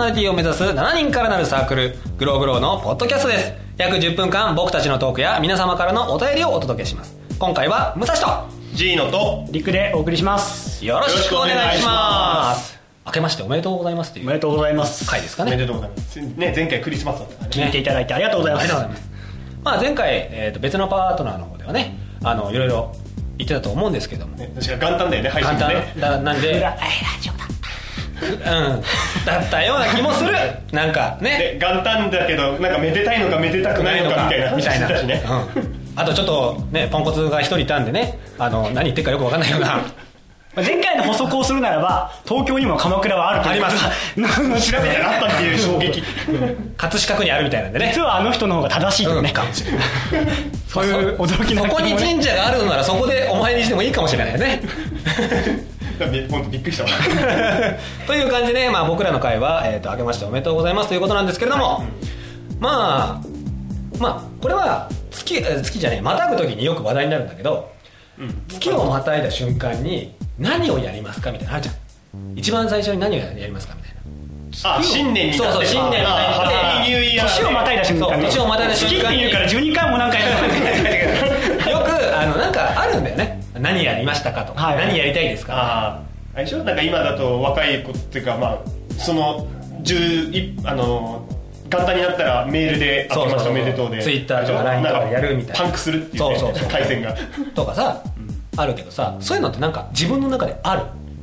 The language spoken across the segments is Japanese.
ナリティを目指す7人からなるサークルグローグローのポッドキャストです。約10分間僕たちのトークや皆様からのお便りをお届けします。今回は武蔵とジーノとリクでお送りします。 よろしくお願いします。明けましておめでとうございますというおめでとうございます回ですかね。 おめでとうございます、ね、前回クリスマスだったからね。 聞いていただいてありがとうございます。 前回、別のパートナーの方ではね、いろいろ言ってたと思うんですけども、 ね、確か元旦だよね、配信ね。 なんでラジオだだったような気もする。なんかね、 元旦だけどなんかめでたいのかめでたくないのかみたいな話してたしね、 あとちょっとねポンコツが一人いたんでね、何言ってるかよく分かんないような前回の補足をするならば東京にも鎌倉はあるというあります調べてなったっていう衝撃葛飾区にあるみたいなんでね、 実はあの人の方が正しいとね、かもしれないそういう驚きの、 そこに神社があるのならそこでお参りしてもいいかもしれないよね本当びっくりしたわという感じで、僕らの会は、明けましておめでとうございますということなんですけれども、これは月じゃねえ、またぐ時によく話題になるんだけど、月をまたいだ瞬間に何をやりますかみたいなのあるじゃん。一番最初に何をやりますかみたいな。 新年になって、 そう新年になって年をまたいだ瞬間に、 年をまたいだ瞬間に月って言うから12回も何回もよくなんかあるんだよね。何やりましたかとか、何やりたいですか。 あれでしょ、なんか今だと若い子っていうか、その元旦になったらメールで明けましておめでとうでツイッターとか LINE とかやるみたいな、 パンクするっていうね、回線がとかさ、あるけどさ、そういうのってなんか自分の中である。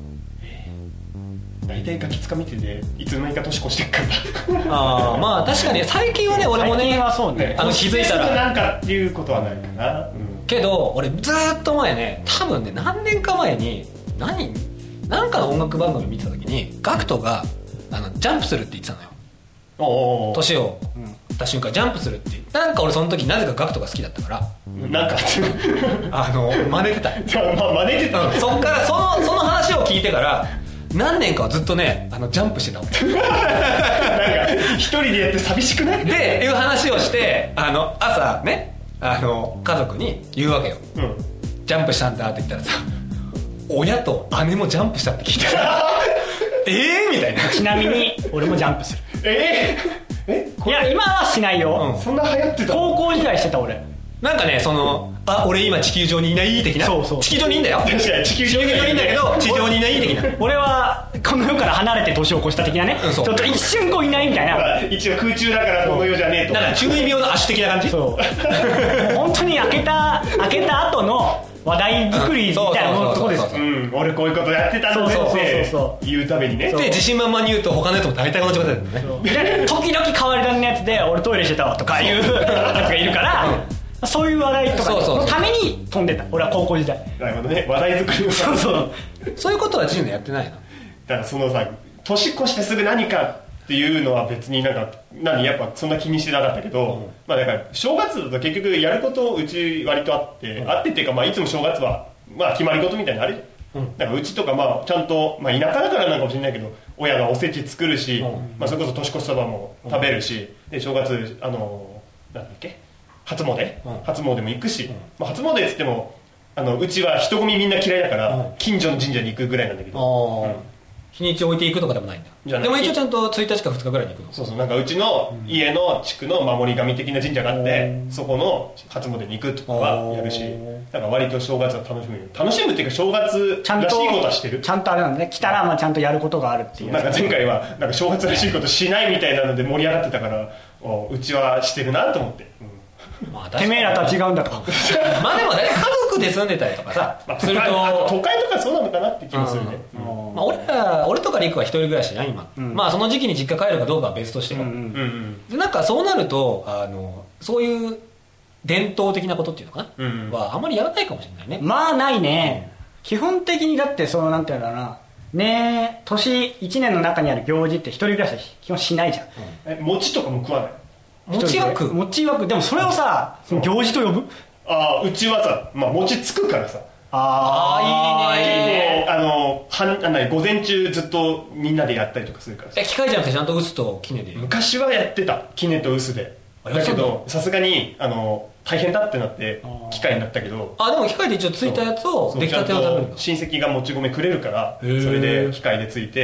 大体ガキつかみてでいつの間にか年越してっから確かに最近はね、俺もね、気づいたらなんかっていうことはないかな、 けど俺ずっと前ね、多分ね何年か前になんかの音楽番組見てた時にガクトがジャンプするって言ってたのよ。年をた瞬間ジャンプするって、なんか俺その時なぜかガクトが好きだったからなんか真似てた真似てたそっからその話を聞いてから何年かはずっとねジャンプしてたもんなんか一人でやって寂しくないでいう話をして朝ね家族に言うわけよ、ジャンプしたんだって言ったらさ、親と姉もジャンプしたって聞いてさみたいな。 ちなみに俺もジャンプする。いや今はしないよ、 そんな流行ってた。 高校時代してた俺。 なんかね、俺今地球上にいない的な。 そう地球上にいいんだよ。 確かに地球上にいいんだけど地上にいない的な。 俺はこの世から離れて年を越した的なね、ちょっと一瞬いないみたいな。 一応空中だからこの世じゃねえと。 だから中二病の足的な感じ。 そう本当に開けた後の話題作りみたいなとこです。 俺こういうことやってたんだねって言うためにね。 で自信満々に言うと他のやつも大体同じことだよね。 で時々変わり種のやつで俺トイレしてたわとかいうやつがいるから、そういう話題とかのために飛んでた俺は高校時代。 なるほどね、話題作りをそういうことは自由でやってないの。 だからそのさ、年越してすぐ何かっていうのは別にやっぱそんな気にしてなかったけど、だから正月だと結局やることうち割とあって、っていうかいつも正月は決まり事みたいなのある。だからうちとかちゃんと田舎だからなんかもしれないけど親がおせち作るし、それこそ年越しそばも食べるし、で正月なんだっけ、初詣も行くし、初詣っつってもうちは人混みみんな嫌いだから近所の神社に行くぐらいなんだけど、 日にち置いていくとかでもないんだ。でも一応ちゃんと1日か2日ぐらいに行くの。 そうなんかうちの家の地区の守り神的な神社があって、そこの初詣に行くとかはやるし、だから割と正月は楽しむっていうか正月らしいことはしてる。 ちゃんとあれなんだね、来たらちゃんとやることがあるっていう。 なんか前回はなんか正月らしいことしないみたいなので盛り上がってたから、うちはしてるなと思って、 てめえらとは違うんだとでも家族で住んでたりとかさ、 すると都会とかそうなのかなって気もするね。 俺とかリクは一人暮らしじゃん今、その時期に実家帰るかどうかは別としても、でなんかそうなるとそういう伝統的なことっていうのかな、はあんまりやらないかもしれないね。 ないね、基本的に。だってなんていうんだろうな、年1年の中にある行事って一人暮らしは基本しないじゃん。 餅とかも食わない。 餅は食う。でもそれをさ、行事と呼ぶ。 うちはさ、餅つくからさ。 いいね。 午前中ずっとみんなでやったりとかするからさ。 機械じゃなくてちゃんと臼と杵で。 昔はやってた、杵と臼で。だけどさすがに大変だってなって機械になったけど、 でも機械で一応ついたやつを出来たてを食べるんだ。 親戚がもち米くれるから、それで機械でついて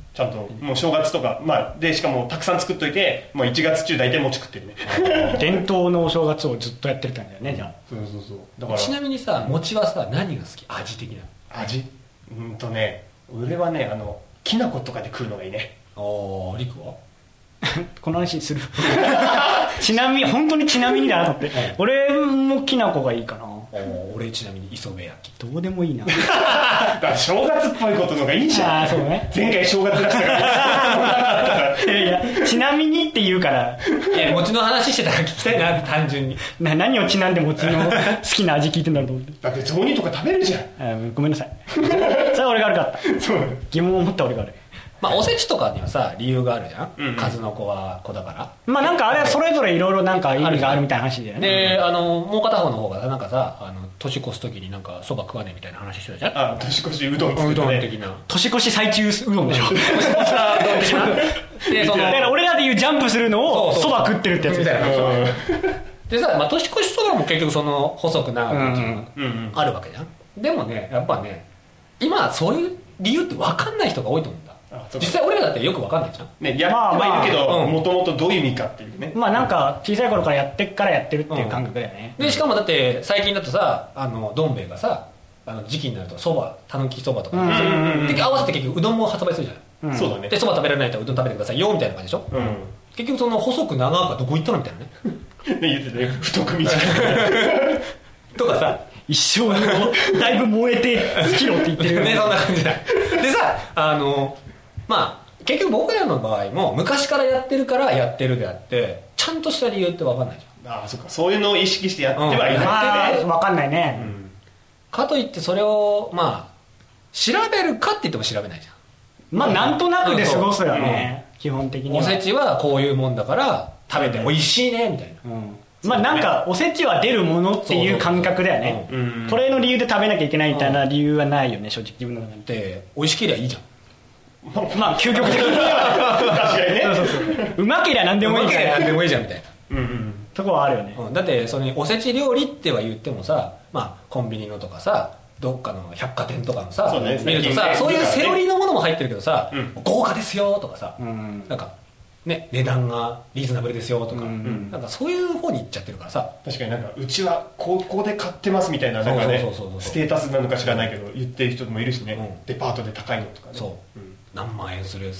ちゃんともう正月とか、まあ、でしかもたくさん作っといて、まあ、1月中大体餅食ってるね伝統のお正月をずっとやってるってんだよね、じゃあ。 そうだからちなみにさ、餅はさ何が好き？味的な味ね、俺はねきな粉とかで食うのがいいね。 リクはこの話するちなみに本当にちなみにだなと思って、俺もきな粉がいいかな。 俺ちなみに磯辺焼き。 どうでもいいなだから正月っぽいことのがいいじゃん。 そうね、 前回正月出したからいやちなみにって言うから、 いや餅の話してたら聞きたいなって単純に何をちなんで餅の好きな味聞いてんだろうと思って。 だって雑煮とか食べるじゃん。 ごめんなさいそれは俺が悪かった。 そう疑問を持った俺が悪い。 まあおせちとかにはさ理由があるじゃん、数の子は子だから。 まあなんかあれはそれぞれいろいろなんか意味があるみたいな話だよね。 でもう片方の方がなんかさ年越す時になんかそば食わねえみたいな話してたじゃん。 年越しうどん作うってね。 どん的な年越し最中うどんでしょでだから俺らで言うジャンプするのをそば食ってるってやつみたいなでさ、まあ、年越しそばも結局その細く長くあるわけじゃん。でもねやっぱね今そういう理由って分かんない人が多いと思うんだ。実際俺らだってよく分かんないじゃんね。やってはいるけどもともとどういう意味かっていうね。 まあなんか小さい頃からやってっからやってるっていう感覚だよね。 でしかもだって最近だとさどん兵衛がさ時期になるとそばたぬきそばとかで合わせて結局うどんも発売するじゃない。 そうだね。 でそば食べられないとうどん食べてくださいよみたいな感じでしょ。結局その細く長くはどこ行ったのみたいなね言ってたね。太く短くとかさ一生のだいぶ燃えて好きろって言ってるよね。そんな感じだ。でさまあ結局僕らの場合も昔からやってるからやってるであってちゃんとした理由って分かんないじゃん。 そうか、そういうのを意識してやってはいないってね。 分かんないね、 かといってそれをまあ調べるかって言っても調べないじゃん。 まあなんとなくで過ごすよね、基本的には。 おせちはこういうもんだから食べて美味しいねみたいな、 まあなんかおせちは出るものっていう感覚だよね。これの理由で食べなきゃいけないみたいな理由はないよね、正直自分の中に。 で美味しけりゃいいじゃん。 まあ究極的には確かにね。 うまけりゃ何でもいいみたいな。 何でもいいじゃんみたいなとこはあるよね。 だってそのおせち料理っては言ってもさ、まあコンビニのとかさどっかの百貨店とかのさ見るとさ、そういうセオリーのものも入ってるけどさ、豪華ですよとかさ、なんかね値段がリーズナブルですよとか、なんかそういう方に行っちゃってるからさ。 確かになんかうちはここで買ってますみたいな、なんかねステータスなのか知らないけど言ってる人もいるしね、デパートで高いのとかね。 そう何万円する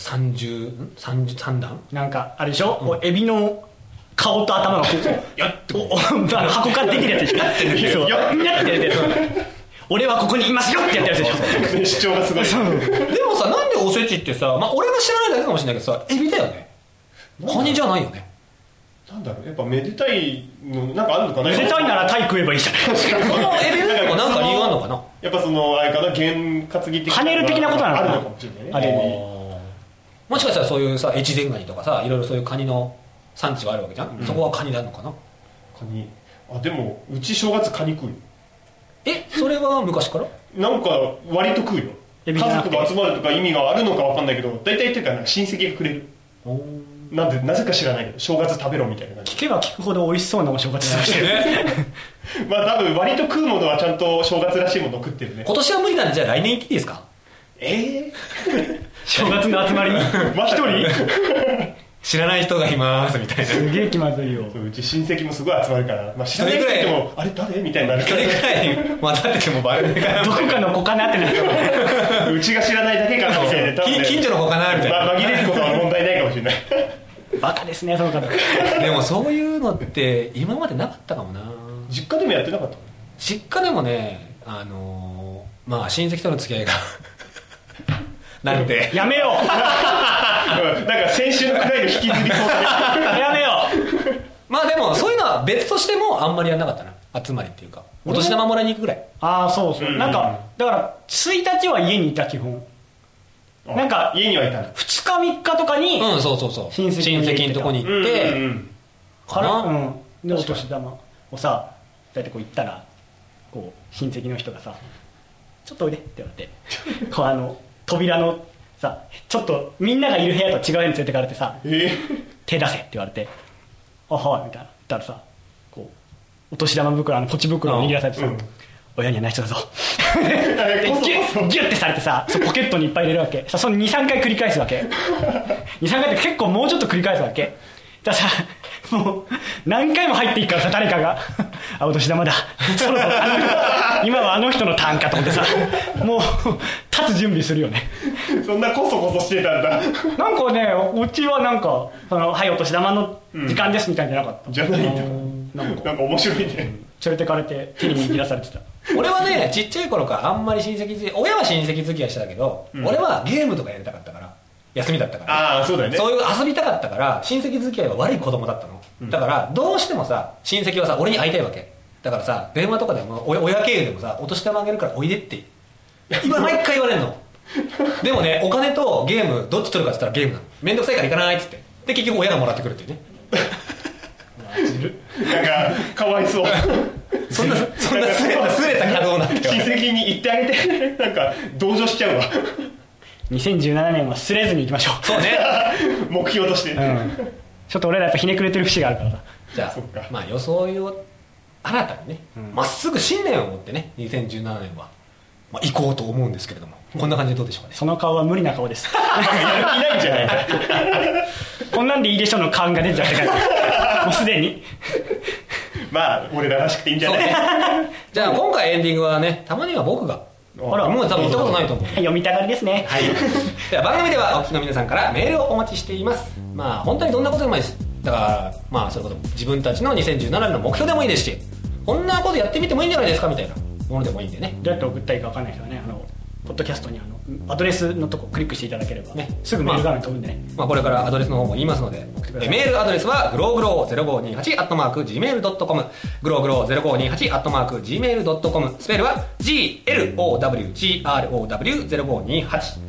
33段なんかあれでしょ、エビの顔と頭がこうやって箱から出てるやつでしょ。やってるよやってる俺はここにいますよってやってるやつでしょ。 主張がすごい。 でもさ、なんでおせちってさ、まあ俺が知らないだけかもしれないけどさ、エビだよね。カニじゃないよね。 なんだろう、やっぱめでたいのなんかあるのかな。 めでたいならタイ食えばいいじゃない。 このエビとかなんか理由あるのかな。 やっぱそのあれかな、験担ぎ的な跳ねる的なことなのかな。 あるのかもしれないね。 もしかしたらそういうさ越前ガニとかさいろいろそういうカニの産地があるわけじゃん、そこはカニなのかな。 カニ、でもうち正月カニ食うよ。 それは昔からなんか割と食うよ。家族が集まるとか意味があるのか分かんないけど、大体っていうか親戚がくれる。なんでなぜか知らないけど正月食べろみたいな感じ。 聞けば聞くほど美味しそうなお正月だしね。 まあ多分割と食うものはちゃんと正月らしいものを食ってるね。 今年は無理なんでじゃあ来年行っていいですか。 正月の集まりに一人知らない人がいますみたいな。 すげえ気まずいよ。 うち親戚もすごい集まるから、まあ、知らない人でもあれ誰みたいになる。 一人ぐらい混ざっててもバレないからどこかの子かなってなる。 うちが知らないだけかなみたいな。 近所の子かなみたいな。 紛れることは問題ないかもしれない。 バカですねその方。 でもそういうのって今までなかったかもな。 実家でもやってなかった。 実家でもねまあ親戚との付き合いがなんでやめよう。 なんか先週のくらいの引きずりそうだね。 やめよう。まあでもそういうのは別としてもあんまりやんなかったな。集まりっていうかお年玉もらいに行くぐらい。 そうそう、なんかだから1日は家にいた基本。なんか家にはいたの。 2日3日とかにそう親戚のとこに行ってでお年玉をさ大体こう行ったらこう親戚の人がさちょっとおいでって言われてこう扉のさちょっとみんながいる部屋と違う部屋に連れてかれてさ、手出せって言われてはいみたいな言ったらさこうお年玉袋ポチ袋を握らされてさ、 親には内緒だぞでギュッてされてさ、そうポケットにいっぱい入れるわけさ、その 2,3 回繰り返すわけ2,3 回って結構もうちょっと繰り返すわけだからさ、もう何回も入っていくからさ、誰かがあ、お年玉だそろそろ今はあの人のターンかと思ってさ、もう立つ準備するよねそんなコソコソしてたんだ。 なんかね、うちはなんかはい、お年玉の時間ですみたいなじゃなかった、 じゃないんだ。 なんかなんか面白いね。 連れてかれて手に握らされてた俺はね、ちっちゃい頃からあんまり親戚付き、親は親戚付き合いしてたけど、俺はゲームとかやりたかったから、休みだったから、 ああ、そうだよね。 そういう遊びたかったから、親戚付き合いは悪い子供だったの、だからどうしてもさ、親戚はさ、俺に会いたいわけだからさ、電話とかでも親経由でもさ、お年玉あげるからおいでって今毎回言われるのでもね、お金とゲームどっち取るかって言ったらゲームなの。めんどくさいから行かないっつって、で結局親がもらってくるっていうねなんかかわいそうそんなすれた稼働なんて親戚に言ってあげてなんか同情しちゃうわ 2017年はすれずに行きましょう。 そうね目標として、 ちょっと俺らやっぱひねくれてる節があるからさ。 じゃあそっか、 まあ装いを新たにね、まっすぐ信念を持ってね、2017年は、まあ、行こうと思うんですけれども、こんな感じでどうでしょうかね。 その顔は無理な顔ですやる気ないんじゃないこんなんでいいでしょの感が出ちゃってからもうすでにまあ俺ららしくていいんじゃない、 ね、じゃあ今回エンディングはね、たまには僕が、 あらもう多分言ったことないと思う読みたがりですね。 はい、では番組ではお聞きの皆さんからメールをお待ちしています。まあ本当にどんなことでもいいです。だからまあそういうこと、自分たちの2017年の目標でもいいですし、こんなことやってみてもいいんじゃないですかみたいなものでもいいんでね。 どうやって送ったらいいか分かんないけどね、ポッドキャストにアドレスのとこクリックしていただければ、ね、すぐメール画面飛ぶんでね、 まあこれからアドレスの方も言いますので送ってください。メールアドレスはグローグロー0528@gmail.com、グローグロー0528@gmail.com、スペルは glowgrow0528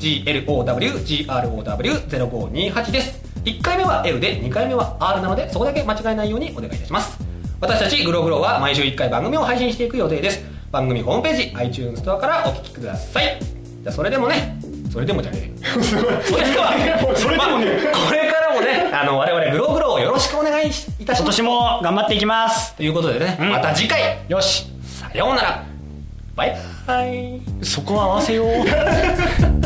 glowgrow0528 です。1回目は L で2回目は R なので、そこだけ間違えないようにお願いいたします。私たちグローグローは毎週1回番組を配信していく予定です。番組ホームページ iTunes ストアからお聞きください。じゃあそれでもね、それでもじゃねえそれでもね、これからもね、我々グローグローをよろしくお願いいたします。 今年も頑張っていきますということでね、また次回、 よし、 さようなら、バイバイ。 そこは合わせよう